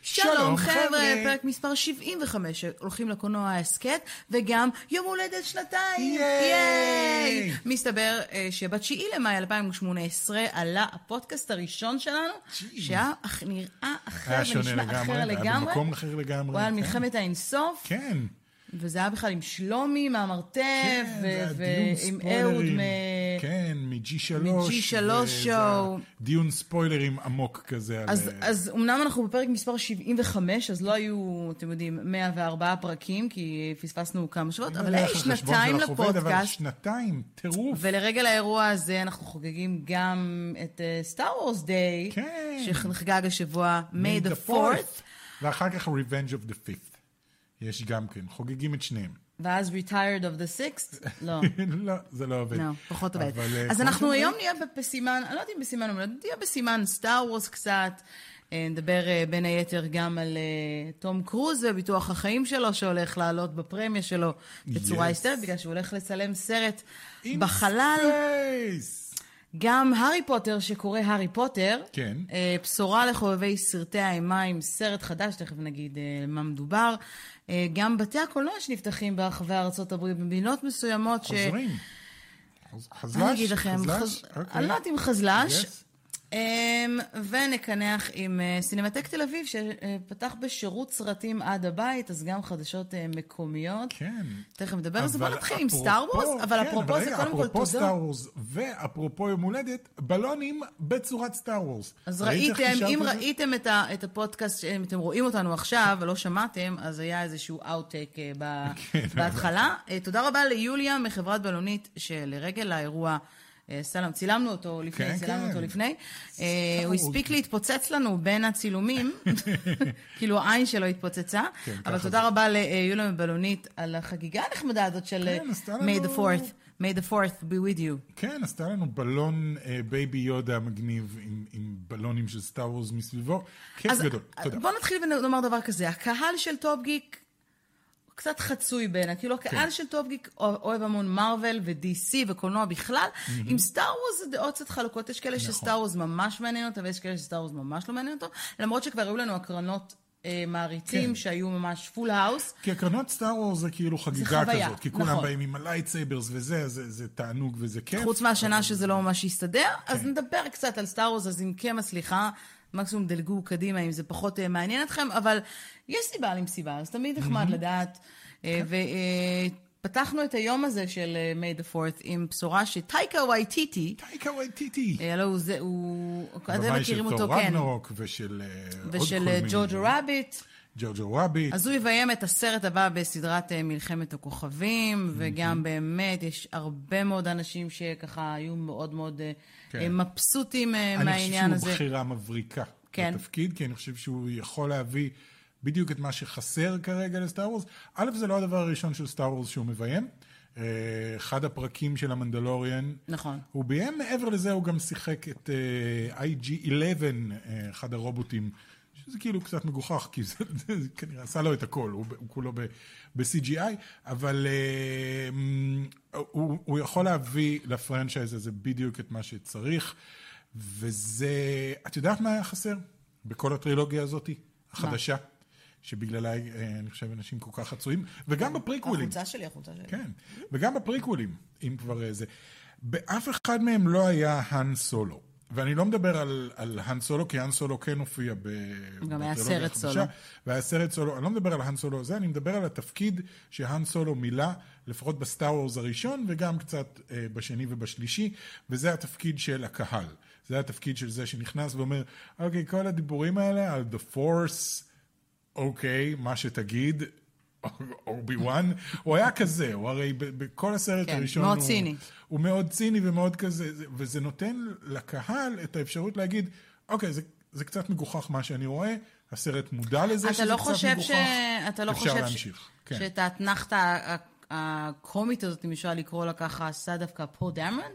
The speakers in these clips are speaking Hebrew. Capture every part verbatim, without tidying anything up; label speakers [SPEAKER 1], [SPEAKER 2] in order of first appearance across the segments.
[SPEAKER 1] שלום חבר'ה, פרק מספר שבעים וחמש, הולכים לקולנוע ההסקט, וגם יום הולדת שנתיים. ייי! מסתבר שבתשיעי למאי אלפיים שמונה עשרה עלה הפודקאסט הראשון שלנו, שהיה נראה אחר ונשמע אחר לגמרי.
[SPEAKER 2] היה במקום אחר לגמרי.
[SPEAKER 1] הוא היה על מלחמת האינסוף.
[SPEAKER 2] כן.
[SPEAKER 1] וזה היה בכלל עם שלומי מהמרתף, ועם אהוד מ...
[SPEAKER 2] כן, מ-ג'י שלוש.
[SPEAKER 1] מ-ג'י שלוש שואו.
[SPEAKER 2] דיון ספוילרים עמוק כזה.
[SPEAKER 1] אז אמנם אנחנו בפרק מספר שבעים וחמש, אז לא היו, אתם יודעים, מאה וארבעה פרקים, כי פספסנו כמה שבועות, אבל היו שנתיים לפודקאסט.
[SPEAKER 2] שנתיים, טירוף.
[SPEAKER 1] ולרגע לאירוע הזה אנחנו חוגגים גם את סטאר וורס דיי, שנחגג השבוע May the fourth.
[SPEAKER 2] ואחר כך Revenge of the fifth. יש גם כן, חוגגים את שניהם.
[SPEAKER 1] ואז retired of the sixth? לא.
[SPEAKER 2] לא, זה לא עובד.
[SPEAKER 1] לא, פחות עובד. אז אנחנו היום נהיה בסימן, אני לא יודעת אם בסימן, אבל נהיה בסימן סטאר וורס קצת, נדבר בין היתר גם על תום קרוז וביטוח החיים שלו, שהולך לעלות בפרמיה שלו בצורה היסטרית, בגלל שהוא הולך לצלם סרט בחלל. גם הארי פוטר שקורא הארי פוטר,
[SPEAKER 2] כן.
[SPEAKER 1] בשורה לחובבי סרטי האימה עם סרט חדש, תכף נגיד מה מדובר, גם בתי הקולנוע שנפתחים ברחבי ארצות הברית, במדינות מסוימות ש...
[SPEAKER 2] חוזרים. חזלש?
[SPEAKER 1] אני אגיד לכם,
[SPEAKER 2] חזלש?
[SPEAKER 1] אני לא יודעת אם חזלש, ונקנח עם סינמטק תל אביב, שפתח בשירות סרטים עד הבית, אז גם חדשות מקומיות.
[SPEAKER 2] כן.
[SPEAKER 1] תכף מדבר על זה, בוא נתחיל עם סטאר וורס, אבל אפרופו זה קודם כל תודה.
[SPEAKER 2] אפרופו סטאר וורס, ואפרופו יום הולדת, בלונים בצורת סטאר וורס.
[SPEAKER 1] אז ראיתם, אם ראיתם את הפודקאסט, אם אתם רואים אותנו עכשיו ולא שמעתם, אז היה איזשהו אאוטטייק בהתחלה. תודה רבה ליוליה מחברת בלונית, שלרגל האירוע סלם, צילמנו אותו לפני,
[SPEAKER 2] כן,
[SPEAKER 1] צילמנו
[SPEAKER 2] כן.
[SPEAKER 1] אותו לפני. הוא הספיק להתפוצץ לנו בין הצילומים, כאילו העין שלו התפוצצה,
[SPEAKER 2] כן,
[SPEAKER 1] אבל תודה זה. רבה ליוליה מבלונית על החגיגה הנחמדה הזאת של
[SPEAKER 2] כן,
[SPEAKER 1] May the fourth, May the fourth be with you.
[SPEAKER 2] כן, עשתה לנו בלון בייבי יודה מגניב עם, עם בלונים של סטאר וורס מסביבו. כיף גדול, תודה.
[SPEAKER 1] בוא נתחיל ונאמר דבר כזה, הקהל של טופ גיק, קצת חצוי בין, כאילו הקהל של טופ גיק אוהב המון מרוול ו-די סי וקולנוע בכלל, עם סטאר וורס זה דעות קצת חלוקות, יש כאלה שסטאר וורס ממש מעניין אותה, ויש כאלה שסטאר וורס ממש לא מעניין אותו, למרות שכבר היו לנו הקרנות מעריצים שהיו ממש פול האוס.
[SPEAKER 2] כי הקרנות סטאר וורס זה כאילו חגיגה כזאת, כי כולם באים עם הלייטסייברס וזה, זה תענוג וזה כיף.
[SPEAKER 1] חוץ מהשנה שזה לא ממש יסתדר, אז נדבר קצת על סטאר וורס, אז אם כן מצליחה, מקסימום דלגו קדימה אם זה פחות מעניין אתכם, אבל יש סיבה עם סיבה, אז תמיד נחמד לדעת. ופתחנו את היום הזה של May the fourth עם בשורה שטייקה וייטיטי,
[SPEAKER 2] טייקה וייטיטי,
[SPEAKER 1] הלו הוא, אתם מכירים אותו,
[SPEAKER 2] כן. וגנרוק ושל
[SPEAKER 1] ושל ג'וג'ו רביט.
[SPEAKER 2] ג'וג'ו רביט.
[SPEAKER 1] אז הוא יביים את הסרט הבא בסדרת מלחמת הכוכבים, וגם באמת יש הרבה מאוד אנשים שככה היו מאוד מאוד מבסוטים מהעניין הזה.
[SPEAKER 2] אני חושב שהוא בחירה מבריקה בתפקיד, כי אני חושב שהוא יכול להביא בדיוק את מה שחסר כרגע לסטאר וורס. א', זה לא הדבר הראשון של סטאר וורס שהוא מביים. אחד הפרקים של המנדלוריאן.
[SPEAKER 1] נכון.
[SPEAKER 2] הוא ביים, מעבר לזה הוא גם שיחק את איי ג'י אחת עשרה, אחד הרובוטים, שזה כאילו קצת מגוחך, כי זה, זה כנראה עשה לו את הכל, הוא, הוא כולו ב-סי ג'י איי, אבל uh, הוא, הוא יכול להביא לפרנצ'ייז הזה בדיוק את מה שצריך, וזה, את יודעת מה היה חסר? בכל הטרילוגיה הזאת, החדשה, שבגללה אני חושב אנשים כל כך חצויים, וגם בפריקוולים.
[SPEAKER 1] החוצה שלי, החוצה שלי.
[SPEAKER 2] כן, וגם בפריקוולים, אם כבר זה. באף אחד מהם לא היה האן סולו. ואני לא מדבר על, על האן סולו, כי האן סולו כן הופיע ב...
[SPEAKER 1] גם היה סרט סולו.
[SPEAKER 2] והיה סרט סולו, אני לא מדבר על האן סולו הזה, אני מדבר על התפקיד שהאן סולו מילא, לפחות בסטאר וורס הראשון, וגם קצת אה, בשני ובשלישי, וזה התפקיד של הקהל. זה התפקיד של זה שנכנס ואומר, אוקיי, כל הדיבורים האלה על The Force, אוקיי, מה שתגיד, אובי וואן, הוא היה כזה, הוא הרי בכל הסרט
[SPEAKER 1] כן,
[SPEAKER 2] הראשון,
[SPEAKER 1] מאוד
[SPEAKER 2] הוא,
[SPEAKER 1] ציני.
[SPEAKER 2] הוא מאוד ציני ומאוד כזה, וזה נותן לקהל את האפשרות להגיד, אוקיי, זה, זה קצת מגוחך מה שאני רואה, הסרט מודע לזה שזה
[SPEAKER 1] לא
[SPEAKER 2] קצת
[SPEAKER 1] חושב
[SPEAKER 2] מגוחך,
[SPEAKER 1] ש... אתה לא
[SPEAKER 2] אפשר
[SPEAKER 1] חושב
[SPEAKER 2] להמשיך.
[SPEAKER 1] ש...
[SPEAKER 2] כן.
[SPEAKER 1] שאת האתנחתה הקומית הזאת, אם אפשר לקרוא לה ככה, עשה דווקא פול דמרון?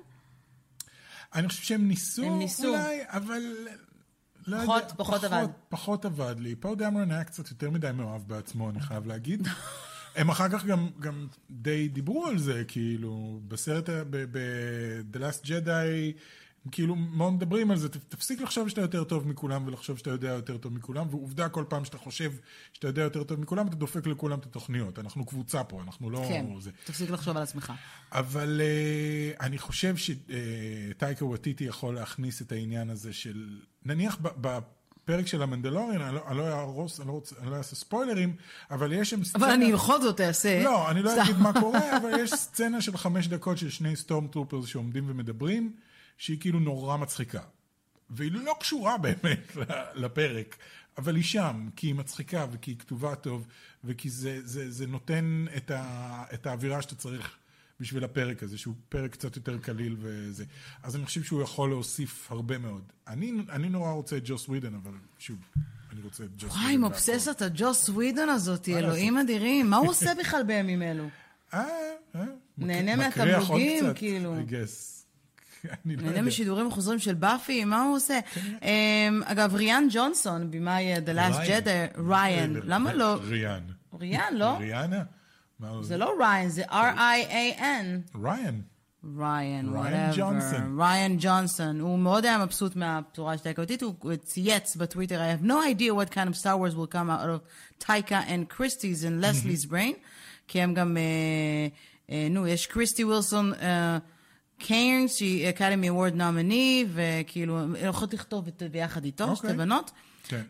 [SPEAKER 2] אני חושב שהם ניסו,
[SPEAKER 1] הם ניסו.
[SPEAKER 2] אולי, אבל... לא
[SPEAKER 1] פחות,
[SPEAKER 2] יודע,
[SPEAKER 1] פחות עבד.
[SPEAKER 2] פחות עבד לי. פול דמרון היה קצת יותר מדי מאוהב בעצמו, אני חייב להגיד. הם אחר כך גם, גם די דיברו על זה, כאילו, בסרט, ב-The Last Jedi, כאילו מאוד מדברים על זה, תפסיק לחשוב שאתה יותר טוב מכולם ולחשוב שאתה יודע יותר טוב מכולם, ועובדה כל פעם שאתה חושב שאתה יודע יותר טוב מכולם, אתה דופק לכולם את התוכניות. אנחנו קבוצה פה, אנחנו לא...
[SPEAKER 1] כן,
[SPEAKER 2] זה.
[SPEAKER 1] תפסיק לחשוב על עצמך.
[SPEAKER 2] אבל uh, אני חושב שטייקה uh, וטיטי יכול להכניס את העניין הזה של, נניח בפרק של המנדלוריאן, אני לא, אני לא ארוס, אני לא, רוצה, אני לא אעשה ספוילרים, אבל יש שם סצנה...
[SPEAKER 1] אבל אני בכל זאת אעשה.
[SPEAKER 2] לא, אני לא אגיד מה קורה, אבל יש סצנה של חמש דקות של שני סטורם טרופרס שעומדים ומדברים, שהיא כאילו נורא מצחיקה. והיא לא קשורה באמת לפרק, אבל היא שם, כי היא מצחיקה וכי היא כתובה טוב, וכי זה, זה, זה נותן את, ה, את האווירה שאתה צריך בשביל הפרק הזה, שהוא פרק קצת יותר קליל וזה. אז אני חושב שהוא יכול להוסיף הרבה מאוד. אני, אני נורא רוצה את ג'וס ווידן, אבל שוב, אני רוצה את ג'וס ווידן.
[SPEAKER 1] וואי, מובססת הג'וס ווידן הזאת, אלוהים אדירים. מה הוא עושה בכלל בימים אלו?
[SPEAKER 2] אה, אה.
[SPEAKER 1] נהנה מהתמלוגים, כאילו.
[SPEAKER 2] I guess.
[SPEAKER 1] נהנה משידורים חוזרים של באפי, מה הוא עושה? אגב, ריאן ג'ונסון, במאי The Last Jedi, ריאן, למה לא?
[SPEAKER 2] ריאן.
[SPEAKER 1] ריאן, לא?
[SPEAKER 2] ריאנה?
[SPEAKER 1] זה לא ריאן, זה R-I-A-N.
[SPEAKER 2] ריאן.
[SPEAKER 1] ריאן,
[SPEAKER 2] ריאן ג'ונסון.
[SPEAKER 1] ריאן ג'ונסון. הוא מאוד היה מבסוט מהבשורה של טייקה וטיטי, הוא צייץ בטוויטר, I have no idea what kind of Star Wars will come out of Taika and Christie's and Leslie's brain, כי הם גם, נו, יש קריסטי ווילסון, קיינס, שהיא אקדמי אוורד נומני, וכאילו, אני יכולת לכתוב ביחד איתו, שתי בנות.
[SPEAKER 2] כן.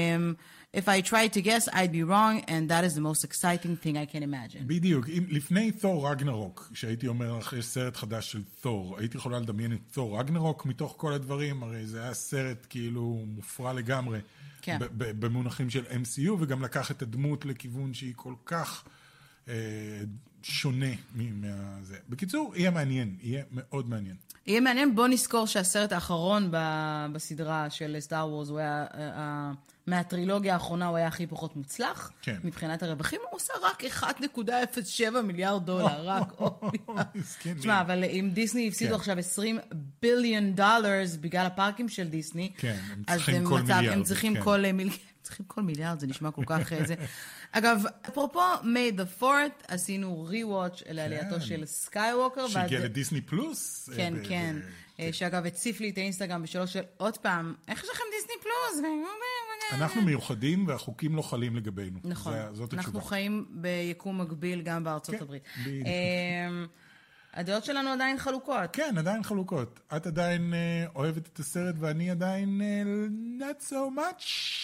[SPEAKER 1] If I tried to guess, I'd be wrong, and that is the most exciting thing I can imagine.
[SPEAKER 2] בדיוק. לפני תור רגנרוק, שהייתי אומר לך, יש סרט חדש של תור, הייתי יכולה לדמיין את תור רגנרוק מתוך כל הדברים, הרי זה היה סרט כאילו מופרע לגמרי,
[SPEAKER 1] כן.
[SPEAKER 2] במונחים של אם סי יו, וגם לקח את הדמות לכיוון שהיא כל כך אה, שונה מזה. בקיצור, יהיה מעניין, יהיה מאוד מעניין.
[SPEAKER 1] יהיה מעניין, בוא נזכור שהסרט האחרון בסדרה של סטאר וורס, הוא היה, מהטרילוגיה האחרונה הוא היה הכי פחות מוצלח,
[SPEAKER 2] כן.
[SPEAKER 1] מבחינת הרווחים, הוא עושה רק אחד נקודה אפס שבע מיליארד דולר, רק תשמע, אבל אם דיסני הפסידו עכשיו עשרים ביליון דולרס בגלל הפארקים של דיסני,
[SPEAKER 2] כן, הם צריכים כל מיליארד.
[SPEAKER 1] הם צריכים כל מיליארד, צריכים כל מיליארד, זה נשמע כל כך איזה. אגב, אפרופו May the fourth, עשינו ריוואץ' לעלייתו של סקייווקר.
[SPEAKER 2] שהגיע לדיסני פלוס.
[SPEAKER 1] כן, כן. שאגב, הציף לי את האינסטגרם בשלוש של עוד פעם, איך יש לכם דיסני פלוס?
[SPEAKER 2] אנחנו מיוחדים והחוקים לא חלים לגבינו.
[SPEAKER 1] נכון.
[SPEAKER 2] זאת
[SPEAKER 1] אנחנו
[SPEAKER 2] התשובה.
[SPEAKER 1] חיים ביקום מקביל גם בארצות הברית.
[SPEAKER 2] בדיוק.
[SPEAKER 1] הדעות שלנו עדיין חלוקות.
[SPEAKER 2] כן, עדיין חלוקות. את עדיין אוהבת את הסרט ואני עדיין not so much.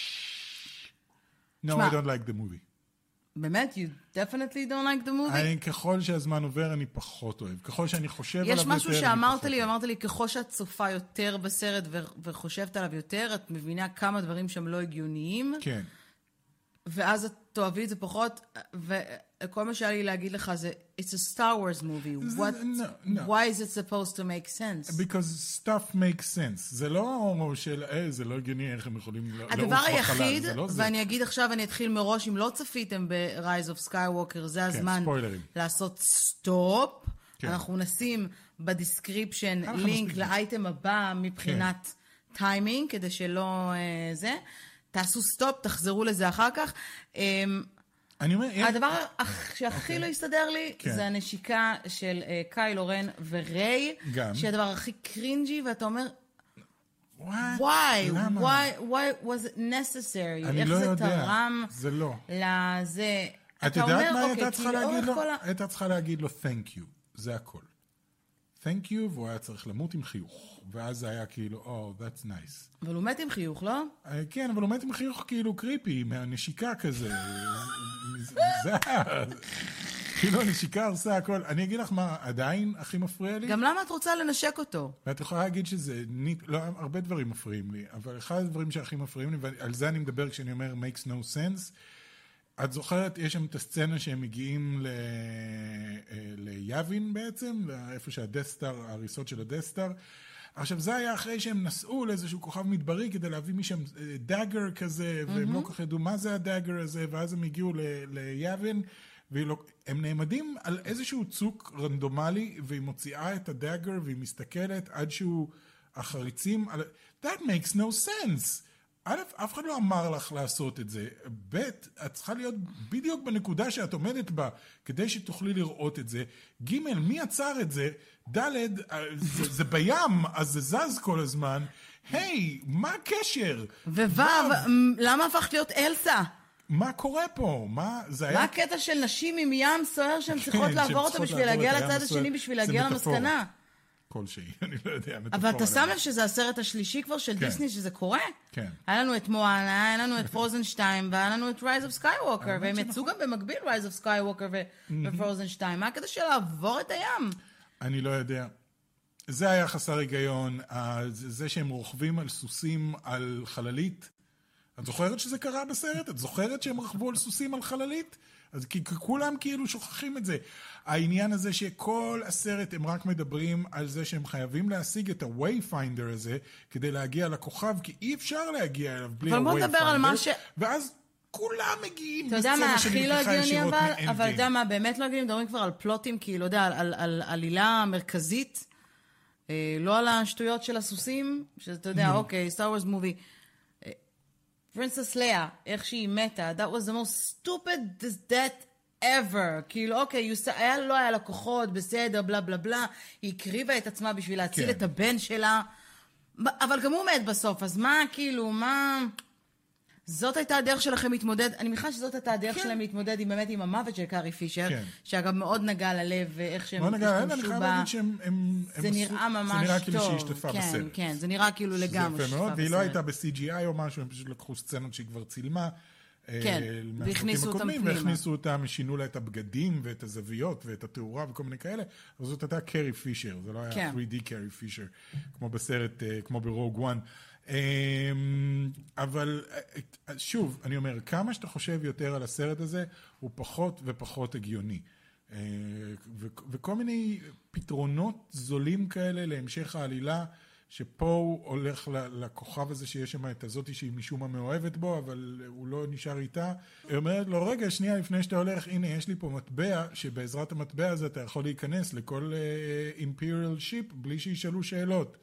[SPEAKER 2] No, I don't like the movie.
[SPEAKER 1] באמת? You definitely don't like the movie?
[SPEAKER 2] אני, ככל שהזמן עובר, אני פחות אוהב. ככל שאני חושב עליו יותר,
[SPEAKER 1] יש משהו שאמרת לי, אמרת לי, ככל שאת צופה יותר בסרט וחושבת עליו יותר, את מבינה כמה דברים שם לא הגיוניים.
[SPEAKER 2] כן.
[SPEAKER 1] ואז את תאהבי את זה פחות, וכל מה שהיה לי להגיד לך זה, it's a Star Wars movie. What, no, no. Why is it supposed to make sense?
[SPEAKER 2] Because stuff makes sense. זה לא של, אה, זה לא הגיוני איך הם יכולים לעוף בחלל.
[SPEAKER 1] הדבר היחיד, ואני אגיד עכשיו, אני אתחיל מראש, אם לא צפיתם ב-Rise of Skywalker, זה הזמן לעשות סטופ. אנחנו נשים בדיסקריפשן לינק לאייטם הבא מבחינת טיימינג, כדי שלא זה. תעשו סטופ, תחזרו לזה אחר כך.
[SPEAKER 2] אני אומר,
[SPEAKER 1] הדבר שהכי לא יסתדר לי, זה הנשיקה של קיילו רן וריי, שהדבר הכי קרינג'י, ואתה אומר, why? why was it necessary?
[SPEAKER 2] אני לא יודע, זה לא.
[SPEAKER 1] לזה,
[SPEAKER 2] את יודעת מה הייתה צריכה להגיד לו? הייתה צריכה להגיד לו, thank you, זה הכל. thank you, והוא היה צריך למות עם חיוך. ואז זה היה כאילו, oh, that's nice.
[SPEAKER 1] אבל הוא מת עם חיוך, לא?
[SPEAKER 2] כן, אבל הוא מת עם חיוך כאילו קריפי, מהנשיקה כזה. זה היה... כאילו הנשיקה עושה הכל. אני אגיד לך מה, עדיין הכי מפריע לי.
[SPEAKER 1] גם למה את רוצה לנשק אותו?
[SPEAKER 2] ואת יכולה להגיד שזה, לא, הרבה דברים מפריעים לי, אבל אחד הדברים שהכי מפריעים לי, ועל זה אני מדבר כשאני אומר makes no sense, את זוכרת, יש שם את הסצנה שהם מגיעים ל... ליאבין בעצם, איפה שהדסטר, ההריסות של הדסטר. עכשיו, זה היה אחרי שהם נסעו לאיזשהו כוכב מדברי כדי להביא משם דאגר כזה, והם לא כך ידעו מה זה הדאגר הזה, ואז הם הגיעו ליאבין, והם נעמדים על איזשהו צוק רנדומלי, והיא מוציאה את הדאגר, והיא מסתכלת עד שהוא החריצים, that makes no sense. א', אף אחד לא אמר לך לעשות את זה. ב', את צריכה להיות בדיוק בנקודה שאת עומדת בה, כדי שתוכלי לראות את זה. ג', מי עצר את זה? ד', זה, זה בים, אז זה זז כל הזמן. היי, מה הקשר?
[SPEAKER 1] וו', למה הפכת להיות אלסה?
[SPEAKER 2] מה קורה פה? מה, זה היה...
[SPEAKER 1] מה הקטע של נשים עם ים סוער שהן צריכות לעבור אותו בשביל להגיע לצד השני, בשביל להגיע למסקנה?
[SPEAKER 2] כלשהי, אני לא יודע.
[SPEAKER 1] אבל אתה שם לב שזה הסרט השלישי כבר של דיסני שזה קורה?
[SPEAKER 2] כן.
[SPEAKER 1] היה לנו את מואנה, היה לנו את פרוזן שתיים, והיה לנו את Rise of Skywalker, והם יצאו גם במקביל Rise of Skywalker ופרוזן שתיים. מה הקטע של לעבור את הים?
[SPEAKER 2] אני לא יודע. זה היה חסר היגיון, זה שהם רוכבים על סוסים על חללית. את זוכרת שזה קרה בסרט? את זוכרת שהם רכבו על סוסים על חללית? אז כי כולם כאילו שוכחים את זה. העניין הזה שכל הסרט הם רק מדברים על זה שהם חייבים להשיג את ה-Wayfinder הזה, כדי להגיע לכוכב, כי אי אפשר להגיע אליו בלי ה-Wayfinder.
[SPEAKER 1] אבל בוא נדבר על מה ש...
[SPEAKER 2] ואז כולם מגיעים
[SPEAKER 1] אתה יודע מה הכי לא הגיוני אבל? אבל אתה יודע מה באמת לא הגיוני? מדברים כבר על פלוטים, כי לא יודע, על, על, על עלילה מרכזית, לא על השטויות של הסוסים, שאתה יודע, אוקיי, Star Wars movie, פרינסס לאה, איך שהיא מתה, that was the most stupid death ever. כאילו, אוקיי, היה, לא היה לה כוחות, בסדר, בלה בלה בלה, היא הקריבה את עצמה בשביל להציל
[SPEAKER 2] כן.
[SPEAKER 1] את הבן שלה, אבל גם הוא מת בסוף, אז מה, כאילו, מה... זאת הייתה הדרך שלכם להתמודד, אני מניחה שזאת הייתה הדרך כן. שלהם להתמודד עם, באמת עם המוות של קארי פישר, כן. שאגב מאוד נגע ללב, ואיך שהם
[SPEAKER 2] השתמשו בה. אני חייב להגיד שהם... הם,
[SPEAKER 1] זה
[SPEAKER 2] הם
[SPEAKER 1] נראה ממש טוב.
[SPEAKER 2] זה נראה כאילו שהיא השתתפה
[SPEAKER 1] כן,
[SPEAKER 2] בסרט.
[SPEAKER 1] כן, זה נראה כאילו לגמרי
[SPEAKER 2] שהשתתפה בסרט. והיא לא הייתה ב-סי ג'י איי או משהו, הם פשוט לקחו סצנות שהיא כבר צילמה.
[SPEAKER 1] כן, והכניסו אותם פנימה.
[SPEAKER 2] והכניסו אותם, שינו לה את הבגדים ואת הזוויות ואת התאורה וכל מיני כאלה. אז זאת הייתה קארי פישר, זה לא היה
[SPEAKER 1] כן.
[SPEAKER 2] תרי די קארי פישר, כמו בסרט, כמו ברוג וואן. אבל שוב, אני אומר, כמה שאתה חושב יותר על הסרט הזה, הוא פחות ופחות הגיוני. וכל מיני פתרונות זולים כאלה להמשך העלילה, שפה הוא הולך לכוכב הזה שיש שם את הזאתי שהיא משום מה מאוהבת בו, אבל הוא לא נשאר איתה. היא אומרת לו, רגע, שנייה, לפני שאתה הולך, הנה, יש לי פה מטבע, שבעזרת המטבע הזה אתה יכול להיכנס לכל אימפריאל שיפ, בלי שישאלו שאלות.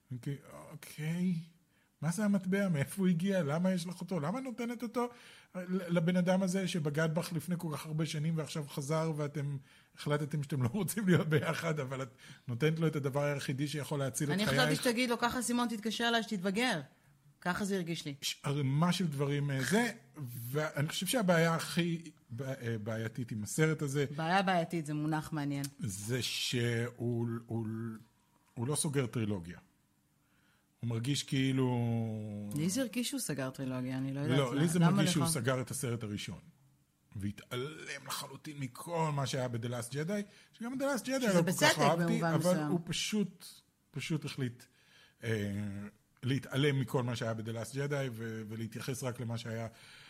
[SPEAKER 2] אוקיי, מה זה המטבע? מאיפה הוא הגיע? למה יש לך אותו? למה נותנת אותו לבן אדם הזה שבגד בך לפני כל כך הרבה שנים ועכשיו חזר ואתם החלטתם שאתם לא רוצים להיות ביחד, אבל את נותנת לו את הדבר היחידי שיכול להציל את חייך.
[SPEAKER 1] אני חשבתי שתגיד לו, ככה סימון תתקשר אליי שתתבגר. ככה זה הרגיש לי.
[SPEAKER 2] יש ערימה של דברים זה, ואני חושב שהבעיה הכי בעייתית עם הסרט הזה...
[SPEAKER 1] בעיה בעייתית, זה מונח מעניין.
[SPEAKER 2] זה שהוא הוא, הוא לא סוגר טרילוגיה. הוא מרגיש כאילו...
[SPEAKER 1] לי זה הרגיש שהוא סגר טרילוגיה, אני לא יודעת.
[SPEAKER 2] לא, לי זה מרגיש שהוא סגר את הסרט הראשון. והתעלם לחלוטין מכל מה שהיה ב-The Last Jedi, שגם ב-The Last Jedi לא כל כך אהבתי, אבל הוא פשוט, פשוט החליט אה, להתעלם מכל מה שהיה ב-The Last Jedi, ו- ולהתייחס רק למה שהיה...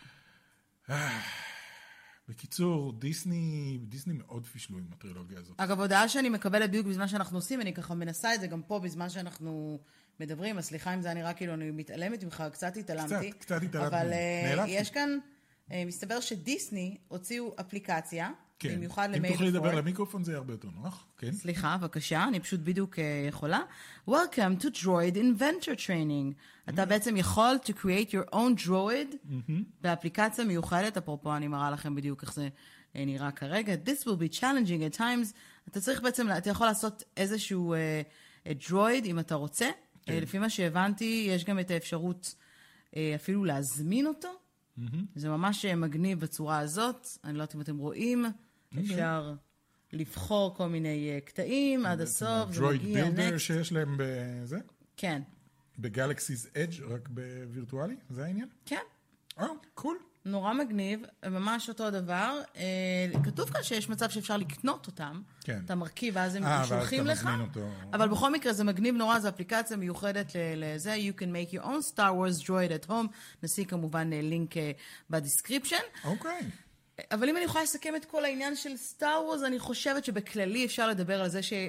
[SPEAKER 2] אה, בקיצור, דיסני, דיסני מאוד פישלו עם הטרילוגיה הזאת.
[SPEAKER 1] אגב, הודעה שאני מקבלת בדיוק בזמן שאנחנו עושים, אני ככה מנסה את זה גם פה בזמן שאנחנו מדברים, אז סליחה אם זה נראה כאילו אני מתעלמת ממך, קצת התעלמתי.
[SPEAKER 2] קצת, קצת התעלמתי.
[SPEAKER 1] אבל נעלבתי. יש כאן, מסתבר שדיסני הוציאו אפליקציה,
[SPEAKER 2] כן.
[SPEAKER 1] במיוחד
[SPEAKER 2] אם תוכלי לדבר למיקרופון זה הרבה יותר נוח. כן.
[SPEAKER 1] סליחה, בבקשה, אני פשוט בדיוק יכולה. Welcome to Droid Inventor Training. אתה בעצם יכול to create your own droid באפליקציה מיוחדת, אפרופו אני מראה לכם בדיוק איך זה נראה כרגע. This will be challenging at times. אתה צריך בעצם, אתה יכול לעשות איזשהו דרויד אם אתה רוצה. לפי מה שהבנתי, יש גם את האפשרות אפילו להזמין אותו. זה ממש מגניב בצורה הזאת. אני לא יודעת אם אתם רואים. אפשר לבחור כל מיני קטעים עד הסוף.
[SPEAKER 2] דרויד בילדר שיש להם בזה?
[SPEAKER 1] כן.
[SPEAKER 2] בגלקסיז אדג' רק בווירטואלי? זה העניין?
[SPEAKER 1] כן.
[SPEAKER 2] אה, קול.
[SPEAKER 1] נורא מגניב, ממש אותו דבר. כתוב כאן שיש מצב שאפשר לקנות אותם.
[SPEAKER 2] כן.
[SPEAKER 1] אתה מרכיב, ואז הם שולחים לך. אבל בכל מקרה זה מגניב נורא, זו אפליקציה מיוחדת לזה. You can make your own Star Wars droid at home. נשים כמובן לינק בדיסקריפשן.
[SPEAKER 2] אוקיי.
[SPEAKER 1] אבל אם אני יכולה לסכם את כל העניין של סטאר וורס, אני חושבת שבכללי אפשר לדבר על זה ש...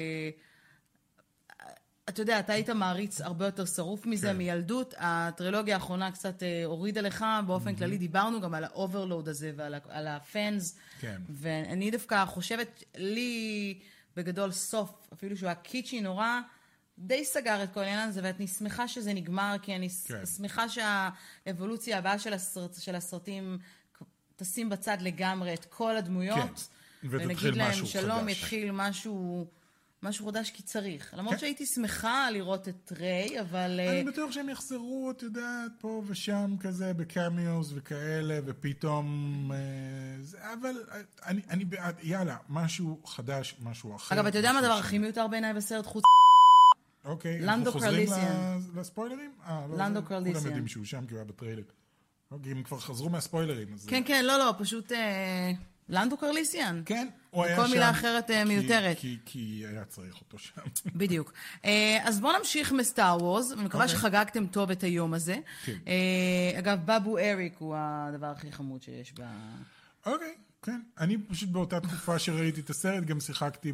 [SPEAKER 1] אתה יודע, אתה היית מעריץ הרבה יותר שרוף מזה, כן. מילדות. הטרילוגיה האחרונה קצת הורידה לך, באופן mm-hmm. כללי דיברנו גם על האוברלוד הזה ועל הפאנס. כן. ואני דווקא חושבת, לי בגדול סוף, אפילו שהוא היה קיצ'י נורא, די סגר את כל העניין הזה, ואני שמחה שזה נגמר, כי אני
[SPEAKER 2] כן.
[SPEAKER 1] שמחה שהאבולוציה הבאה של, הסרט, של הסרטים תשים בצד לגמרי את כל הדמויות,
[SPEAKER 2] כן.
[SPEAKER 1] ונגיד להם
[SPEAKER 2] משהו
[SPEAKER 1] שלום,
[SPEAKER 2] חדש.
[SPEAKER 1] יתחיל משהו, משהו חדש כי צריך. למרות כן. שהייתי שמחה לראות את ריי, אבל...
[SPEAKER 2] אני בטוח שהם יחזרו, את יודעת, פה ושם כזה, בקאמיוס וכאלה, ופתאום... אבל אני, אני בעד, יאללה, משהו חדש, משהו אחר.
[SPEAKER 1] אגב, אתה יודע מה הדבר הכי מיותר בעיניי בסרט חוץ?
[SPEAKER 2] אוקיי,
[SPEAKER 1] לנדו
[SPEAKER 2] אנחנו חוזרים
[SPEAKER 1] קרליסיאן.
[SPEAKER 2] לספוילרים? אה, לא,
[SPEAKER 1] לנדו
[SPEAKER 2] זה-
[SPEAKER 1] קרליסיאן.
[SPEAKER 2] כולם יודעים שהוא שם, כי הוא היה בטריילר. אוקיי, הם כבר חזרו מהספוילרים, אז...
[SPEAKER 1] כן, כן, לא, לא, פשוט אה, לנדו קרליסיאן.
[SPEAKER 2] כן, הוא היה שם.
[SPEAKER 1] כל מילה אחרת אה,
[SPEAKER 2] כי-
[SPEAKER 1] מיותרת.
[SPEAKER 2] כי- כי היה צריך אותו שם.
[SPEAKER 1] בדיוק. אה, אז בואו נמשיך מסטאר וורז, ואני מקווה
[SPEAKER 2] אוקיי.
[SPEAKER 1] שחגגתם טוב את היום הזה.
[SPEAKER 2] כן.
[SPEAKER 1] אה, אגב, בבו אריק הוא הדבר הכי חמוד שיש ב...
[SPEAKER 2] אוקיי, כן. אני פשוט באותה תקופה שראיתי את הסרט, גם שיחקתי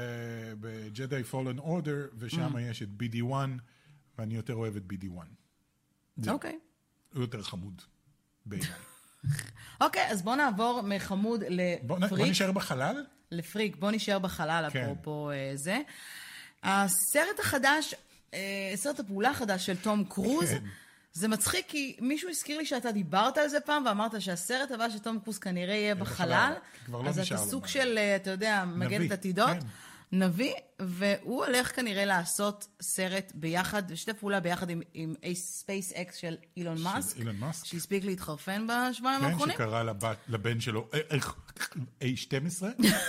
[SPEAKER 2] ב-Jedi Fallen Order, ושם יש את בי די וואן, ואני יותר אוהב את בי די וואן. זהו.
[SPEAKER 1] אוקיי.
[SPEAKER 2] הוא יותר חמוד, בעיניי.
[SPEAKER 1] אוקיי, אז בואו נעבור מחמוד
[SPEAKER 2] בוא נ- בוא
[SPEAKER 1] לפריק.
[SPEAKER 2] נשאר בחלל?
[SPEAKER 1] לפריק, בואו נשאר בחלל,
[SPEAKER 2] כן.
[SPEAKER 1] אפרופו אה, זה. הסרט החדש, אה, סרט הפעולה החדש של תום קרוז,
[SPEAKER 2] כן.
[SPEAKER 1] זה מצחיק כי מישהו הזכיר לי שאתה דיברת על זה פעם, ואמרת שהסרט הבא של תום קרוז כנראה יהיה בחלל,
[SPEAKER 2] בחלל, כי כבר לא
[SPEAKER 1] אז אתה
[SPEAKER 2] נשאר לו
[SPEAKER 1] סוג
[SPEAKER 2] מה.
[SPEAKER 1] של, אה, אתה יודע, מגן את עתידות,
[SPEAKER 2] כן.
[SPEAKER 1] נביא, והוא הולך כנראה לעשות סרט ביחד, שתי פעולה ביחד עם, עם SpaceX של אילון מאסק,
[SPEAKER 2] אילון מאסק.
[SPEAKER 1] שהספיק להתחרפן בשבועיים
[SPEAKER 2] כן,
[SPEAKER 1] האחרונים.
[SPEAKER 2] שקרא לבת- לבן שלו, איי שתים עשרה?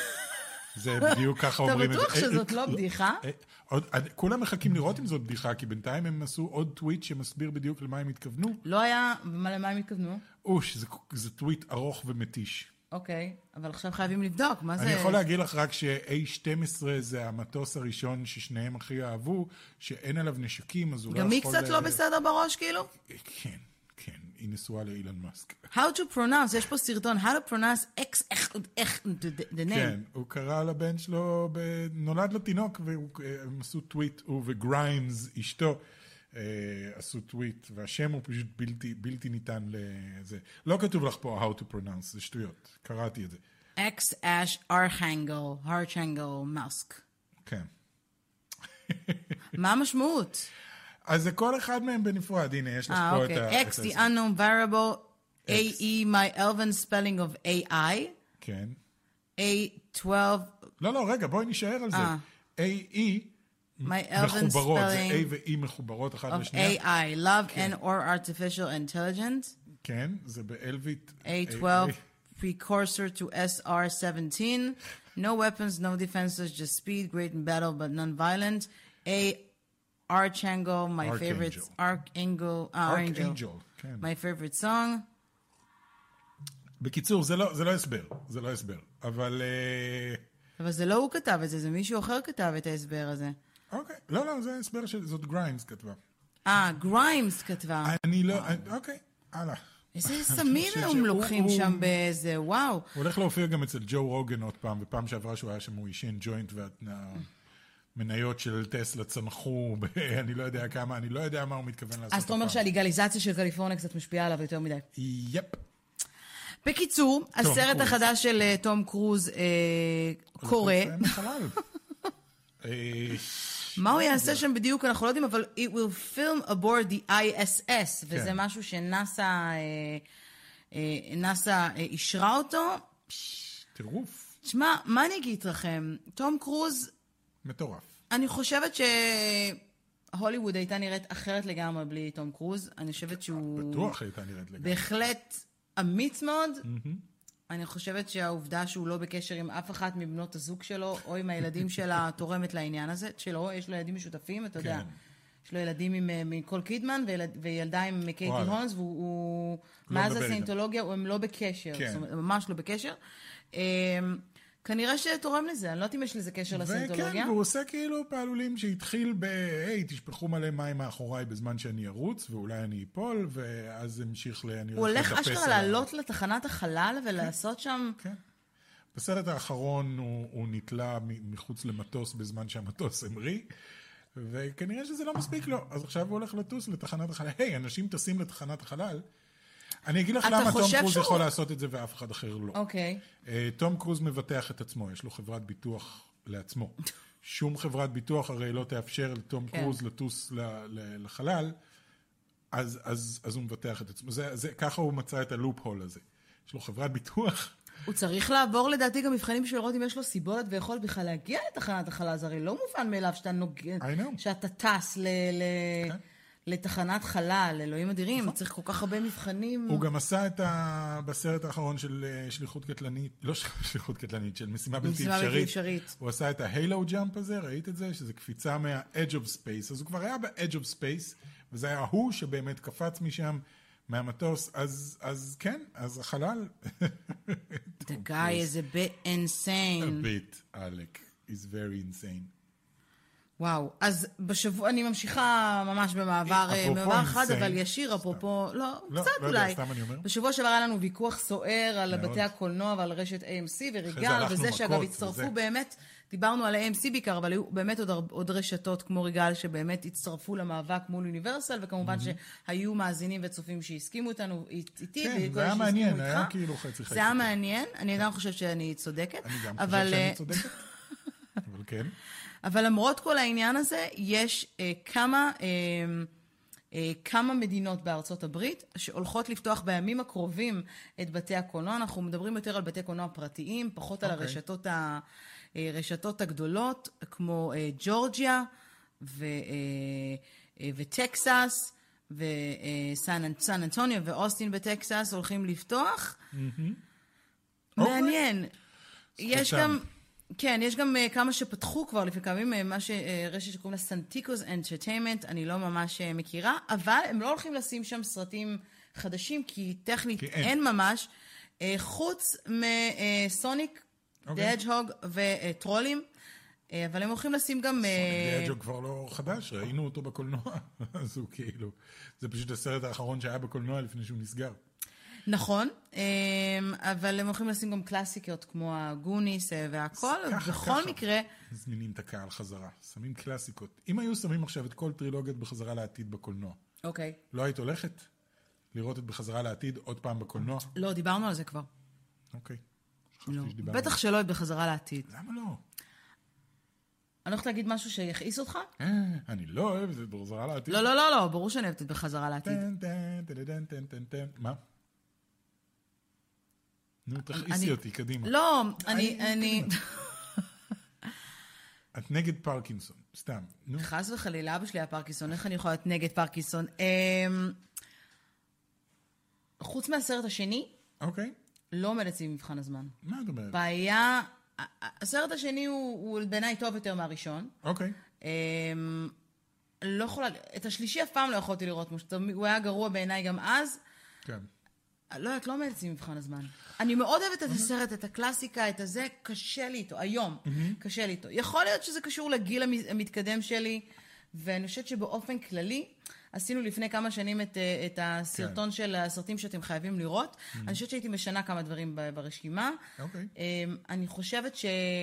[SPEAKER 2] זה בדיוק ככה
[SPEAKER 1] אתה
[SPEAKER 2] אומרים את זה.
[SPEAKER 1] בטוח שזאת לא בדיחה?
[SPEAKER 2] אה, עוד- עד- כולם מחכים לראות אם זאת בדיחה, כי בינתיים הם עשו עוד טוויט שמסביר בדיוק למה הם התכוונו.
[SPEAKER 1] לא היה, ומה- למה הם התכוונו?
[SPEAKER 2] אוש, זה- זה טוויט ארוך ומתיש.
[SPEAKER 1] אוקיי, אבל עכשיו חייבים לבדוק, מה זה?
[SPEAKER 2] אני יכול להגיד לך רק ש-איי שתים עשרה זה המטוס הראשון ששניהם הכי אהבו, שאין עליו נשקים, אז הוא לא יכול...
[SPEAKER 1] גם היא קצת לא
[SPEAKER 2] אה,
[SPEAKER 1] בסדר בראש, כאילו?
[SPEAKER 2] כן, כן, היא נשואה לאילון מאסק.
[SPEAKER 1] How to pronounce, יש פה סרטון, how to pronounce X, איך, איך, the name.
[SPEAKER 2] כן, הוא קרא לבן שלו, ב- נולד לו תינוק, והם עשו טוויט, הוא וגריימס, אשתו, אה, עשו טוויט, והשם הוא פשוט בלתי, בלתי ניתן לזה. לא כתוב לך פה how to pronounce, זה שטויות, קראתי את זה.
[SPEAKER 1] X, Ash, Archangel, Archangel, Musk.
[SPEAKER 2] כן.
[SPEAKER 1] מה המשמעות?
[SPEAKER 2] אז זה כל אחד מהם בנפרד, הנה, יש לך
[SPEAKER 1] אה,
[SPEAKER 2] פה את ה...
[SPEAKER 1] אוקיי.
[SPEAKER 2] את
[SPEAKER 1] X,
[SPEAKER 2] ה-
[SPEAKER 1] the unknown variable, A E, my elven spelling of A I,
[SPEAKER 2] כן.
[SPEAKER 1] A twelve,
[SPEAKER 2] לא, לא, רגע, בואי נשאר על זה.
[SPEAKER 1] אה.
[SPEAKER 2] איי אי
[SPEAKER 1] my elven
[SPEAKER 2] מחוברות, זה
[SPEAKER 1] spelling
[SPEAKER 2] A ו-E מחוברות אחת
[SPEAKER 1] of
[SPEAKER 2] לשנייה.
[SPEAKER 1] A I, love and or artificial intelligence.
[SPEAKER 2] כן, זה באלווית.
[SPEAKER 1] A twelve, precursor to S R seventeen. No weapons, no defenses, just speed, great in battle, but non-violent. A Archangel, my favorite
[SPEAKER 2] Archangel.
[SPEAKER 1] Archangel, uh, Archangel.
[SPEAKER 2] Archangel, כן.
[SPEAKER 1] My favorite song.
[SPEAKER 2] בקיצור, זה לא, זה לא הסבר, זה לא הסבר. אבל... אה,
[SPEAKER 1] אבל זה לא הוא כתב את זה, זה מישהו אחר כתב את ההסבר הזה.
[SPEAKER 2] אוקיי, לא, לא, זה הסבר שזאת גריימס כתבה.
[SPEAKER 1] אה, גריימס כתבה.
[SPEAKER 2] אני לא... אני- אוקיי, הלאה.
[SPEAKER 1] איזה סמים
[SPEAKER 2] חושב
[SPEAKER 1] הם
[SPEAKER 2] שהוא-
[SPEAKER 1] לוקחים
[SPEAKER 2] הוא-
[SPEAKER 1] שם באיזה, וואו.
[SPEAKER 2] הוא הולך להופיע גם אצל ג'ו רוגן עוד פעם, ופעם שעברה שהוא היה שם, הוא עישן ג'וינט, והמניות של טסלה צמחו, ב- אני לא יודע כמה, אני לא יודע מה הוא מתכוון לעשות.
[SPEAKER 1] אז אתה אומר
[SPEAKER 2] הפעם.
[SPEAKER 1] שהלגליזציה של קליפורניה קצת משפיעה עליו יותר מדי.
[SPEAKER 2] יפ.
[SPEAKER 1] בקיצור, הסרט
[SPEAKER 2] קרוז.
[SPEAKER 1] החדש של אה, תום קרוז אה, קורה.
[SPEAKER 2] זה מחלל. אה,
[SPEAKER 1] מה הוא יעשה שם בדיוק, אנחנו לא יודעים, אבל it will film aboard the I S S, וזה
[SPEAKER 2] כן.
[SPEAKER 1] משהו שנאסא אה, אה, נאסא אה, אישרה אותו.
[SPEAKER 2] טירוף.
[SPEAKER 1] תשמע, מה אני אגיד לכם? תום קרוז,
[SPEAKER 2] מטורף.
[SPEAKER 1] אני חושבת שהוליווד הייתה נראית אחרת לגמרי בלי תום קרוז. אני חושבת שהוא
[SPEAKER 2] בטוח הייתה נראית לגמרי.
[SPEAKER 1] בהחלט אמיץ מאוד. אני חושבת שהעובדה שהוא לא בקשר עם אף אחת מבנות הזוג שלו, או עם הילדים שלה, תורמת לעניין הזה, שלו, יש לו ילדים משותפים, אתה יודע.
[SPEAKER 2] כן.
[SPEAKER 1] יש לו ילדים עם אה, מיקול קידמן, וילד- וילדה עם קייטי
[SPEAKER 2] וואלה.
[SPEAKER 1] הונס, והוא, הוא-
[SPEAKER 2] לא
[SPEAKER 1] מאז
[SPEAKER 2] מדבר
[SPEAKER 1] הסיינטולוגיה, הם לא בקשר.
[SPEAKER 2] כן.
[SPEAKER 1] זאת אומרת, ממש לא בקשר. אה, כנראה שתורם לזה, אני לא יודעת אם יש לזה קשר
[SPEAKER 2] וכן,
[SPEAKER 1] לסיינטולוגיה.
[SPEAKER 2] והוא עושה כאילו פעלולים שהתחיל ב... היי, תשפכו מלא מים מאחוריי בזמן שאני ארוץ, ואולי אני אפול, ואז המשיך ל... אני
[SPEAKER 1] הוא הולך
[SPEAKER 2] לדפס
[SPEAKER 1] אשכרה
[SPEAKER 2] על ה-
[SPEAKER 1] לעלות לתחנת החלל ולעשות שם...
[SPEAKER 2] כן. בסרט האחרון הוא, הוא נתלה מ- מחוץ למטוס בזמן שהמטוס המריא, וכנראה שזה לא מספיק לו. אז עכשיו הוא הולך לטוס לתחנת החלל. היי, אנשים טסים לתחנת החלל. אני אגיד לך
[SPEAKER 1] אתה
[SPEAKER 2] למה תום
[SPEAKER 1] חושב
[SPEAKER 2] קרוז
[SPEAKER 1] שהוא-
[SPEAKER 2] יכול לעשות את זה ואף אחד אחר לא.
[SPEAKER 1] אוקיי.
[SPEAKER 2] אה, תום קרוז מבטח את עצמו, יש לו חברת ביטוח לעצמו, שום חברת ביטוח הרי לא תאפשר לתום
[SPEAKER 1] כן.
[SPEAKER 2] קרוז לטוס ל- ל- לחלל, אז, אז, אז הוא מבטח את עצמו. זה, זה, ככה הוא מצא את הלופ-הול הזה. יש לו חברת ביטוח.
[SPEAKER 1] הוא צריך לעבור לדעתי גם מבחנים בשביל לראות אם יש לו סיבולת ויכולת בכלל להגיע לתחנת החלל. זה הרי לא מובן מאליו שאתה, נוג... שאתה טס ל... ל... כן. לתחנת חלל, אלוהים אדירים, נכון. צריך כל כך הרבה מבחנים.
[SPEAKER 2] הוא גם עשה את ה... בסרט האחרון של שליחות קטלנית, לא שליחות קטלנית, של משימה בלתי אפשרית. אפשרית. הוא עשה את ההיילו ג'אמפ הזה, ראית את זה? שזה קפיצה מה-edge of space. אז הוא כבר היה ב-edge of space, וזה היה הוא שבאמת קפץ משם מהמטוס, אז, אז כן, אז החלל...
[SPEAKER 1] The guy is a bit insane.
[SPEAKER 2] A bit, Alec. He's very insane.
[SPEAKER 1] וואו, אז בשבוע, אני ממשיכה ממש במעבר, במעבר אחד, אבל ישיר, אפרופו, לא, קצת אולי. בשבוע שעבר היה לנו ויכוח סוער על בתי הקולנוע ועל רשת איי אם סי וריגל, וזה שאגב הצטרפו באמת, דיברנו על איי אם סי בעיקר, אבל היו באמת עוד רשתות כמו ריגל שבאמת הצטרפו למאבק מול אוניברסל, וכמובן שהיו מאזינים וצופים שהסכימו איתנו איתי.
[SPEAKER 2] כן, זה היה מעניין, היה כאילו חצי חצי.
[SPEAKER 1] זה היה מעניין, אני גם חושבת שאני צודקת.
[SPEAKER 2] אני גם חושבת שאני צודקת, אבל כן.
[SPEAKER 1] אבל למרות כל העניין הזה, יש אה, כמה, אה, אה, כמה מדינות בארצות הברית שהולכות לפתוח בימים הקרובים את בתי הקולנוע. אנחנו מדברים יותר על בתי קולנוע פרטיים, פחות okay. על הרשתות ה, אה, רשתות הגדולות, כמו אה, ג'ורג'יה ו, אה, אה, וטקסס, וסן סן אנטוניו ואוסטין בטקסס הולכים לפתוח. Mm-hmm. מעניין. Okay. יש גם... כן, יש גם uh, כמה שפתחו כבר לפני כמה ימים, מה שרשת שקוראים לה סנטיקוס אנטרטיימנט, אני לא ממש uh, מכירה, אבל הם לא הולכים לשים שם סרטים חדשים, כי טכנית כי אין. אין ממש, uh, חוץ מסוניק, דה הדג'הוג וטרולים, uh, אבל הם הולכים לשים גם... סוניק
[SPEAKER 2] דה הדג'הוג כבר לא חדש, ראינו אותו בקולנוע, אז הוא כאילו, זה פשוט הסרט האחרון שהיה בקולנוע לפני שהוא נסגר.
[SPEAKER 1] נכון, אבל הם הולכים לשים גם קלאסיקות כמו הגוניס והכל, בכל מקרה...
[SPEAKER 2] מזמינים את הקהל חזרה, שמים קלאסיקות. אם היו שמים עכשיו את כל טרילוגיות בחזרה לעתיד בקולנוע,
[SPEAKER 1] אוקיי.
[SPEAKER 2] לא היית הולכת לראות את בחזרה לעתיד עוד פעם בקולנוע?
[SPEAKER 1] לא, דיברנו על זה כבר.
[SPEAKER 2] אוקיי.
[SPEAKER 1] בטח שלא את בחזרה לעתיד.
[SPEAKER 2] למה לא?
[SPEAKER 1] אני הולכת להגיד משהו שיכעיס אותך?
[SPEAKER 2] אני לא אוהב את זה בחזרה לעתיד.
[SPEAKER 1] לא, לא, לא, לא, ברור שאני אוהבת את בחזרה לעתיד.
[SPEAKER 2] מה? נו, תכעיסי אותי, קדימה.
[SPEAKER 1] לא, אני... אני...
[SPEAKER 2] את נגד פרקינסון, סתם.
[SPEAKER 1] חס וחלילה, אבא שלי היה פרקינסון, איך אני יכולה להיות נגד פרקינסון? חוץ מהסרט השני,
[SPEAKER 2] אוקיי.
[SPEAKER 1] לא עומד אצלי מבחן הזמן.
[SPEAKER 2] מה את אומרת?
[SPEAKER 1] בעיה... הסרט השני הוא בעיניי טוב יותר מהראשון.
[SPEAKER 2] אוקיי.
[SPEAKER 1] לא יכולה... את השלישי אף פעם לא יכולתי לראות, הוא היה גרוע בעיניי גם אז.
[SPEAKER 2] כן.
[SPEAKER 1] לא יודעת, לא עומדת לי מבחן הזמן. אני מאוד אוהבת את הסרט, את הקלאסיקה, את הזה, קשה לי איתו, היום, קשה לי איתו. יכול להיות שזה קשור לגיל המתקדם שלי, ואני חושבת שבאופן כללי, עשינו לפני כמה שנים את, את הסרטון של הסרטים שאתם חייבים לראות. אני חושבת שהייתי משנה כמה דברים ברשימה. אני חושבת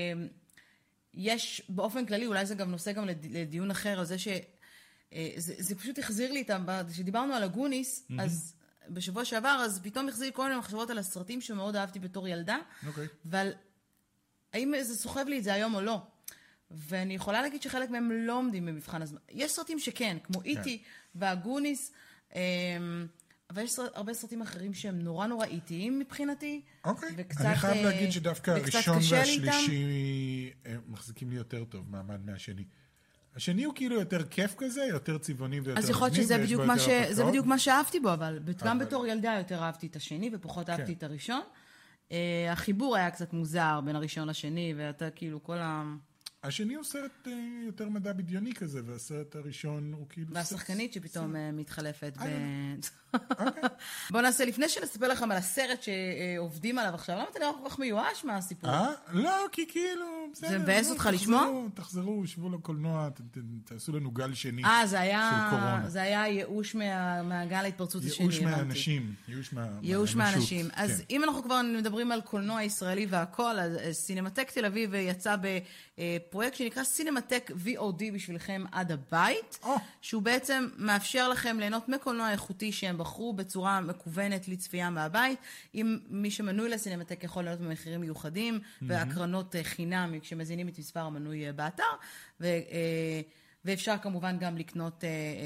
[SPEAKER 1] שיש באופן כללי, אולי זה גם נושא גם לדיון אחר, על זה שזה פשוט החזיר לי, כשדיברנו על הגוניס, אז... בשבוע שעבר, אז פתאום החזיר כל מיני מחשבות על הסרטים שמאוד אהבתי בתור ילדה,
[SPEAKER 2] אוקיי.
[SPEAKER 1] אבל האם זה סוחב לי את זה היום או לא? ואני יכולה להגיד שחלק מהם לא עומדים במבחן הזמן. יש סרטים שכן, כמו איטי והגוניס, אבל יש הרבה סרטים אחרים שהם נורא נורא איטיים מבחינתי.
[SPEAKER 2] אוקיי. אני חייב להגיד שדווקא הראשון והשלישי מחזיקים לי יותר טוב מעמד מהשני. השני הוא כאילו יותר כיף כזה, יותר צבעוני ויותר...
[SPEAKER 1] אז יכול להיות שזה בדיוק מה, ש... זה בדיוק מה שאהבתי בו, אבל גם בתור ילדה יותר אהבתי את השני, ופחות אהבתי את הראשון. החיבור היה קצת מוזר בין הראשון לשני, ואתה כאילו כל ה...
[SPEAKER 2] השני הוא סרט יותר מדע בדיוני כזה, והסרט הראשון הוא כאילו...
[SPEAKER 1] והשחקנית שפתאום מתחלפת ב... בוא נעשה, לפני שנספר לכם על הסרט שעובדים עליו עכשיו, למה אתה נראה כל כך מיואש מהסיפור?
[SPEAKER 2] לא, כי כאילו...
[SPEAKER 1] זה מבאס אותך לשמוע?
[SPEAKER 2] תחזרו, שבו לקולנוע, תעשו לנו גל שני של
[SPEAKER 1] קורונה. זה היה ייאוש מהגל ההתפרצות השני.
[SPEAKER 2] ייאוש מהאנשים.
[SPEAKER 1] ייאוש מהאנשים. אז אם אנחנו כבר מדברים על קולנוע ישראלי והכל, אז סינמטק תל אביב יצא פרויקט שנקרא סינמטק וי או די בשבילכם עד הבית,
[SPEAKER 2] Oh.
[SPEAKER 1] שהוא בעצם מאפשר לכם ליהנות מקולנוע איכותי שהם בחרו בצורה מקוונת לצפייה מהבית. אם מי שמנוי לסינמטק יכול ליהנות במחירים מיוחדים, mm-hmm. והקרנות חינם כשמזינים את מספר המנוי באתר, ו, ואפשר כמובן גם לקנות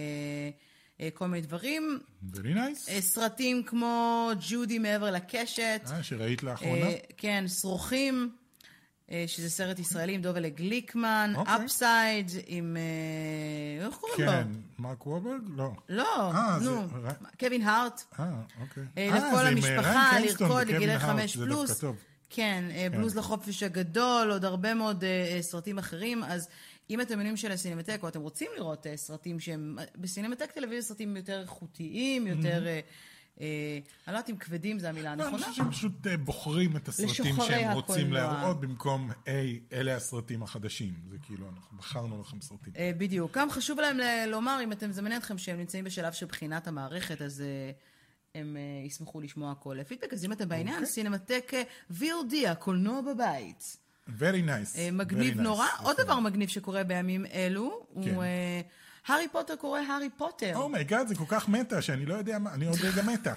[SPEAKER 1] כל מיני דברים.
[SPEAKER 2] Very nice.
[SPEAKER 1] סרטים כמו ג'ודי מעבר לקשת.
[SPEAKER 2] אה, שראית לאחרונה?
[SPEAKER 1] כן, שרוכים. שזה סרט ישראלי עם דובל גליקמן, אפסייד, עם... איך קוראים לו?
[SPEAKER 2] כן, מרק וולברג? לא.
[SPEAKER 1] לא, נו, קווין הארט.
[SPEAKER 2] אה, אוקיי.
[SPEAKER 1] לכל המשפחה, לרקוד לגילי חמש פלוס. כן, בלוז לחופש הגדול, עוד הרבה מאוד סרטים אחרים, אז אם אתם מנויים של הסינמטק, או אתם רוצים לראות סרטים שהם... בסינמטק תל אביב סרטים יותר איכותיים, יותר... אני לא יודעת אם כבדים זה המילה הנכונה.
[SPEAKER 2] אני חושב שהם פשוט בוחרים את הסרטים שהם רוצים להראות, במקום, היי, אלה הסרטים החדשים. זה כאילו, אנחנו בחרנו לכם סרטים.
[SPEAKER 1] בדיוק. גם חשוב להם לומר, אם אתם זמנים אתכם שהם נמצאים בשלב של בחינת המערכת, אז הם ישמחו לשמוע הכל. פידבק, אז אם אתם בעניין, סינמטק וי או די, הקולנוע בבית.
[SPEAKER 2] Very nice.
[SPEAKER 1] מגניב נורא. עוד דבר מגניב שקורה בימים אלו, הוא... הארי פוטר קורא הארי פוטר.
[SPEAKER 2] אומייגאד, זה כל כך מטה, שאני לא יודע מה, אני עוד רגע מטה.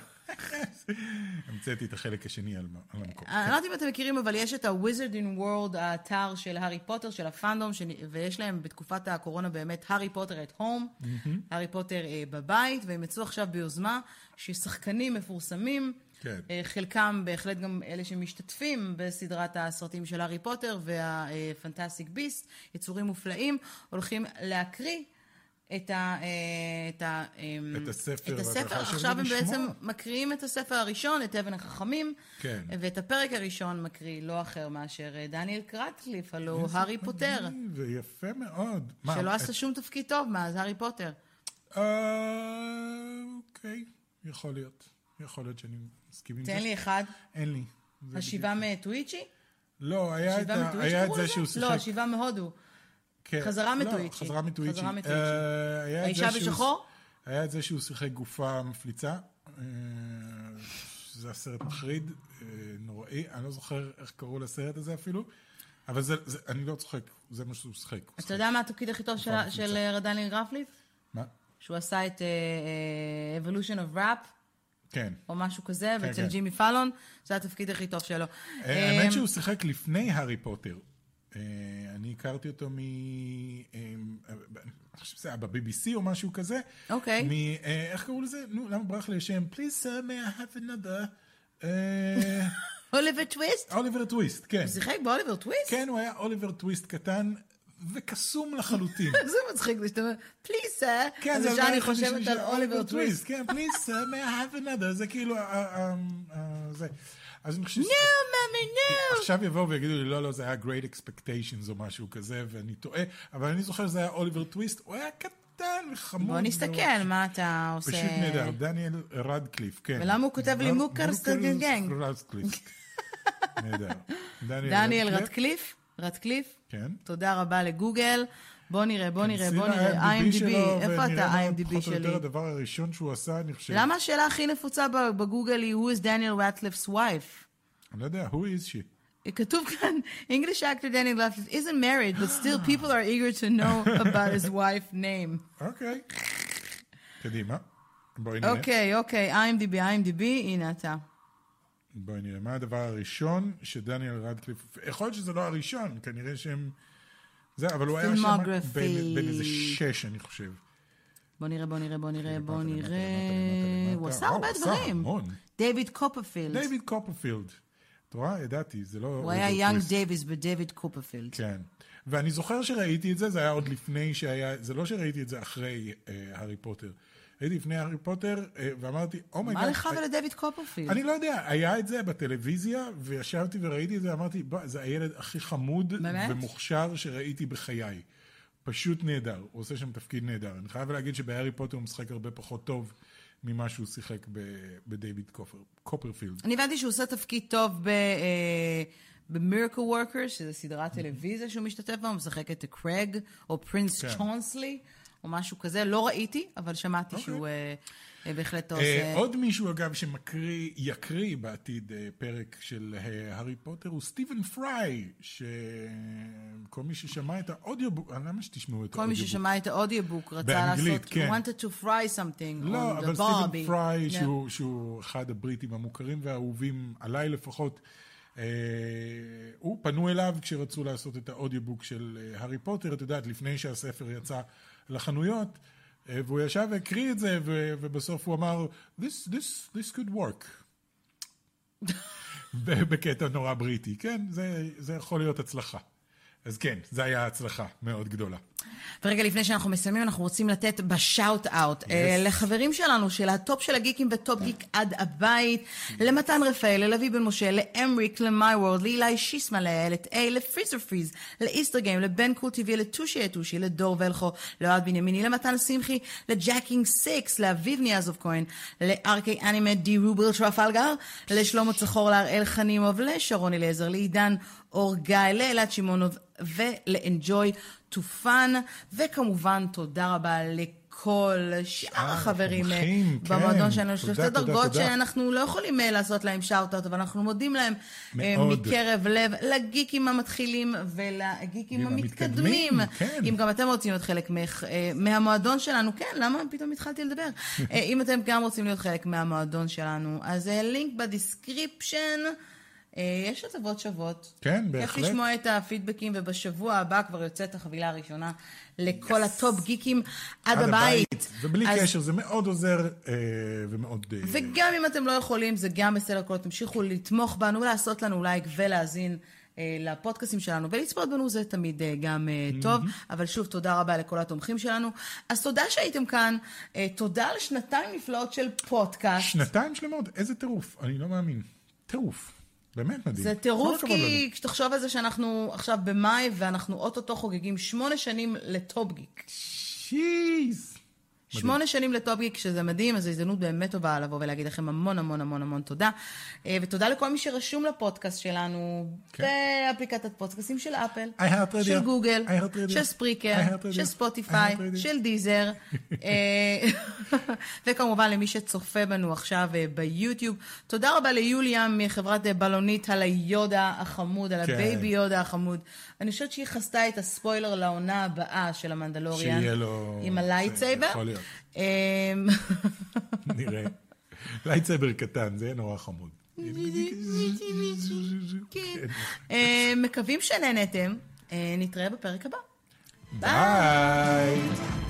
[SPEAKER 2] המצאתי את החלק השני על המקום.
[SPEAKER 1] אני לא יודעת אם אתם מכירים, אבל יש את ה-Wizarding World, האתר של הארי פוטר, של הפאנדום, ויש להם בתקופת הקורונה באמת הארי פוטר at home, הארי פוטר בבית, והם יצאו עכשיו ביוזמה ששחקנים מפורסמים, חלקם בהחלט גם אלה שמשתתפים בסדרת הסרטים של הארי פוטר והפנטסטיק ביסט, יצורים מופלאים, הולכים להקריא את ה את ה
[SPEAKER 2] את הספר,
[SPEAKER 1] את הספר. עכשיו הם בעצם מקריאים את הספר הראשון, את אבן החכמים,
[SPEAKER 2] כן.
[SPEAKER 1] ואת הפרק הראשון מקריא לא אחר מאשר דניאל רדקליף, הלו הארי פוטר.
[SPEAKER 2] זה יפה מאוד.
[SPEAKER 1] שלא עשה שום תפקיד טוב מאז הארי פוטר.
[SPEAKER 2] אוקיי, יכול להיות. יכול להיות שאני מסכים עם זה.
[SPEAKER 1] תן לי אחד.
[SPEAKER 2] אין לי.
[SPEAKER 1] השיבה מטוויצ'י?
[SPEAKER 2] לא, היה את זה שהוא שיחק.
[SPEAKER 1] לא, השיבה מהודו. חזרה מטוויצ'י.
[SPEAKER 2] חזרה מטוויצ'י.
[SPEAKER 1] האישה בשחור?
[SPEAKER 2] היה את זה שהוא שיחק גופה מפליצה. זה הסרט מחריד, נוראי. אני לא זוכר איך קראו לסרט הזה אפילו. אבל אני לא צוחק, זה מה שהוא שיחק.
[SPEAKER 1] אתה יודע מה התפקיד הכי טוב של דניאל רדקליף?
[SPEAKER 2] מה?
[SPEAKER 1] שהוא עשה את Evolution of Rap.
[SPEAKER 2] כן.
[SPEAKER 1] או משהו כזה, ואצל ג'ימי פאלון, זה התפקיד הכי טוב שלו.
[SPEAKER 2] האמת שהוא שיחק לפני הארי פוטר. אני הכרתי אותו מ... אני חושב שזה היה ב-בי בי סי או משהו כזה.
[SPEAKER 1] אוקיי.
[SPEAKER 2] איך קראו לזה? נו, למה ברח לי השם? Please, sir, may I have another...
[SPEAKER 1] אוליבר טוויסט?
[SPEAKER 2] אוליבר טוויסט, כן.
[SPEAKER 1] הוא שיחק באוליבר טוויסט?
[SPEAKER 2] כן, הוא היה אוליבר טוויסט קטן וקסום לחלוטים.
[SPEAKER 1] זה מצחיק, זה שאתה אומר, Please, sir. אז שאני חושבת על אוליבר טוויסט.
[SPEAKER 2] כן, Please, sir, may I have another. זה כאילו... זה... אז אני חושב...
[SPEAKER 1] No, mommy, no!
[SPEAKER 2] עכשיו יבואו ויגידו לי, לא, לא, זה היה Great Expectations או משהו כזה, ואני טועה, אבל אני זוכר שזה היה אוליבר טוויסט, הוא היה קטן וחמוד.
[SPEAKER 1] בוא נסתכל, מה אתה עושה?
[SPEAKER 2] פשוט נהדר, דניאל רדקליף, כן.
[SPEAKER 1] ולמה הוא כותב לי מוקרס גנג?
[SPEAKER 2] רדקליף. נהדר.
[SPEAKER 1] דניאל רדקליף? רדקליף?
[SPEAKER 2] כן.
[SPEAKER 1] תודה רבה לגוגל. בוא נראה, בוא נראה, בוא נראה, איי אם די בי, איפה אתה איי אם די בי שלי?
[SPEAKER 2] הדבר הראשון שהוא עשה, אני חושב...
[SPEAKER 1] למה השאלה הכי נפוצה בגוגל היא, who is Daniel Radcliffe's wife?
[SPEAKER 2] אני לא יודע, who is she?
[SPEAKER 1] כתוב כאן, English actor Daniel Radcliffe isn't married, but still people are eager to know about his wife's name.
[SPEAKER 2] אוקיי. קדימה. בואי נראה.
[SPEAKER 1] אוקיי, אוקיי, איי אם די בי, איי אם די בי, הנה אתה.
[SPEAKER 2] בואי נראה, מה הדבר הראשון שדניאל רדקליף... יכול להיות שזה לא הראשון, כנראה שהם... זה, אבל הוא היה שם בין איזה שש, אני חושב.
[SPEAKER 1] בוא נראה, בוא נראה, בוא נראה, בוא נראה. הוא עשה הרבה דברים. דיוויד קופרפילד.
[SPEAKER 2] דיוויד קופרפילד. אתה רואה? ידעתי, זה לא...
[SPEAKER 1] הוא היה יונג דייביס בדיוויד קופרפילד.
[SPEAKER 2] כן. ואני זוכר שראיתי את זה, זה היה עוד לפני שהיה... זה לא שראיתי את זה אחרי הארי פוטר. הייתי לפני הארי פוטר, ואמרתי, אומייגאד...
[SPEAKER 1] מה לך ולדיוויד קופרפילד?
[SPEAKER 2] אני לא יודע, היה את זה בטלוויזיה, וישבתי וראיתי את זה, אמרתי, זה הילד הכי חמוד ומוכשר שראיתי בחיי. פשוט נהדר, הוא עושה שם תפקיד נהדר. אני חייב להגיד שבהארי פוטר הוא משחק הרבה פחות טוב ממה שהוא שיחק בדיוויד קופרפילד.
[SPEAKER 1] אני הבנתי שהוא עושה תפקיד טוב ב-Miracle Workers, שזו סדרת טלוויזיה שהוא משתתף בה, הוא משחק את קרג, או פרינס צ'ונסלי, או משהו כזה. לא ראיתי, אבל שמעתי שהוא בהחלט עושה...
[SPEAKER 2] עוד מישהו, אגב, שמקריא, יקריא בעתיד פרק של הארי פוטר, הוא סטיבן פריי, שכל מי ששמע את האודיובוק, למה שתשמעו את האודיובוק?
[SPEAKER 1] כל מי ששמע את האודיובוק רצה לעשות, wanted to fry something on the Barbie.
[SPEAKER 2] לא, אבל סטיבן פריי, שהוא אחד הבריטים המוכרים והאהובים, עליי לפחות, הוא פנו אליו כשרצו לעשות את האודיובוק של הארי פוטר, את יודעת, לפני שהספר יצא לחנויות, והוא ישב והקריא את זה, ובסוף הוא אמר, this, this, this could work. בקטע נורא בריטי, כן? זה, זה יכול להיות הצלחה. אז כן, זה היה הצלחה מאוד גדולה.
[SPEAKER 1] ורגע לפני שאנחנו מסיימים, אנחנו רוצים לתת בשאוט-אאוט yes. לחברים שלנו, של הטופ של הגיקים וטופ גיק עד הבית, למתן רפאל, ללוי בן משה, לאמריק, למי וורד, לאילי שיסמה, לאיילת איי, לפריזר פריז, לאיסטר גיים, לבן קול טיווי, לטושי אטושי, לדור ולחו, לאוהד בנימיני, למתן שמחי, לג'קינג סיקס, לאביב ניאזוב כהן, לארקי אנימט די רובל טרפלגר, לשלמה צחור, להראל חנימוב, לשרון אליעזר, לעידן אור גיא, לאלעד שימונוב, ולאנג'וי to fun, וכמובן תודה רבה לכל שאר החברים במועדון שלנו, שלושת דרגות שאנחנו לא יכולים לעשות להם שאוט-אוט, אבל אנחנו מודים להם מקרב לב, לגיקים המתחילים ולגיקים המתקדמים. אם גם אתם רוצים להיות חלק מהמועדון שלנו, כן, למה פתאום התחלתי לדבר? אם אתם גם רוצים להיות חלק מהמועדון שלנו, אז לינק בדיסקריפשן, יש הטבות שוות.
[SPEAKER 2] כן, בהחלט.
[SPEAKER 1] כיף לשמוע את הפידבקים, ובשבוע הבא כבר יוצאת החבילה הראשונה לכל הטופ גיקים עד הבית.
[SPEAKER 2] ובלי קשר, זה מאוד עוזר ומאוד...
[SPEAKER 1] וגם אם אתם לא יכולים, זה גם בסדר כל, תמשיכו לתמוך בנו ולעשות לנו לייק ולהזין לפודקאסים שלנו, ולצפות בנו זה תמיד גם טוב, אבל שוב תודה רבה לכל התומכים שלנו. אז תודה שהייתם כאן, תודה על שנתיים נפלאות של פודקאסט.
[SPEAKER 2] שנתיים שלמות, איזה טירוף, אני לא מאמין. טירוף. באמת מדהים.
[SPEAKER 1] זה טירוף, כי כשתחשוב על זה שאנחנו עכשיו במאי, ואנחנו אוטוטו חוגגים שמונה שנים לטופ גיק.
[SPEAKER 2] שיז.
[SPEAKER 1] שמונה שנים לטופ גיק, שזה מדהים, אז זו הזדמנות באמת טובה לבוא ולהגיד לכם המון המון המון המון תודה. ותודה לכל מי שרשום לפודקאסט שלנו, באפליקציית פודקאסטים של אפל, של גוגל, של ספריקר, של ספוטיפיי, של דיזר, וכמובן למי שצופה בנו עכשיו ביוטיוב. תודה רבה ליוליה מחברת בלונית על היודה החמוד, על הבייבי יודה החמוד. אני חושבת שהיא חסתה את הספוילר לעונה הבאה של המנדלוריאן.
[SPEAKER 2] שיהיה לו...
[SPEAKER 1] עם הלייטסייבר.
[SPEAKER 2] יכול להיות. נראה. לייטסייבר קטן, זה נורא חמוד.
[SPEAKER 1] מקווים שנהנתם. נתראה בפרק הבא.
[SPEAKER 2] ביי.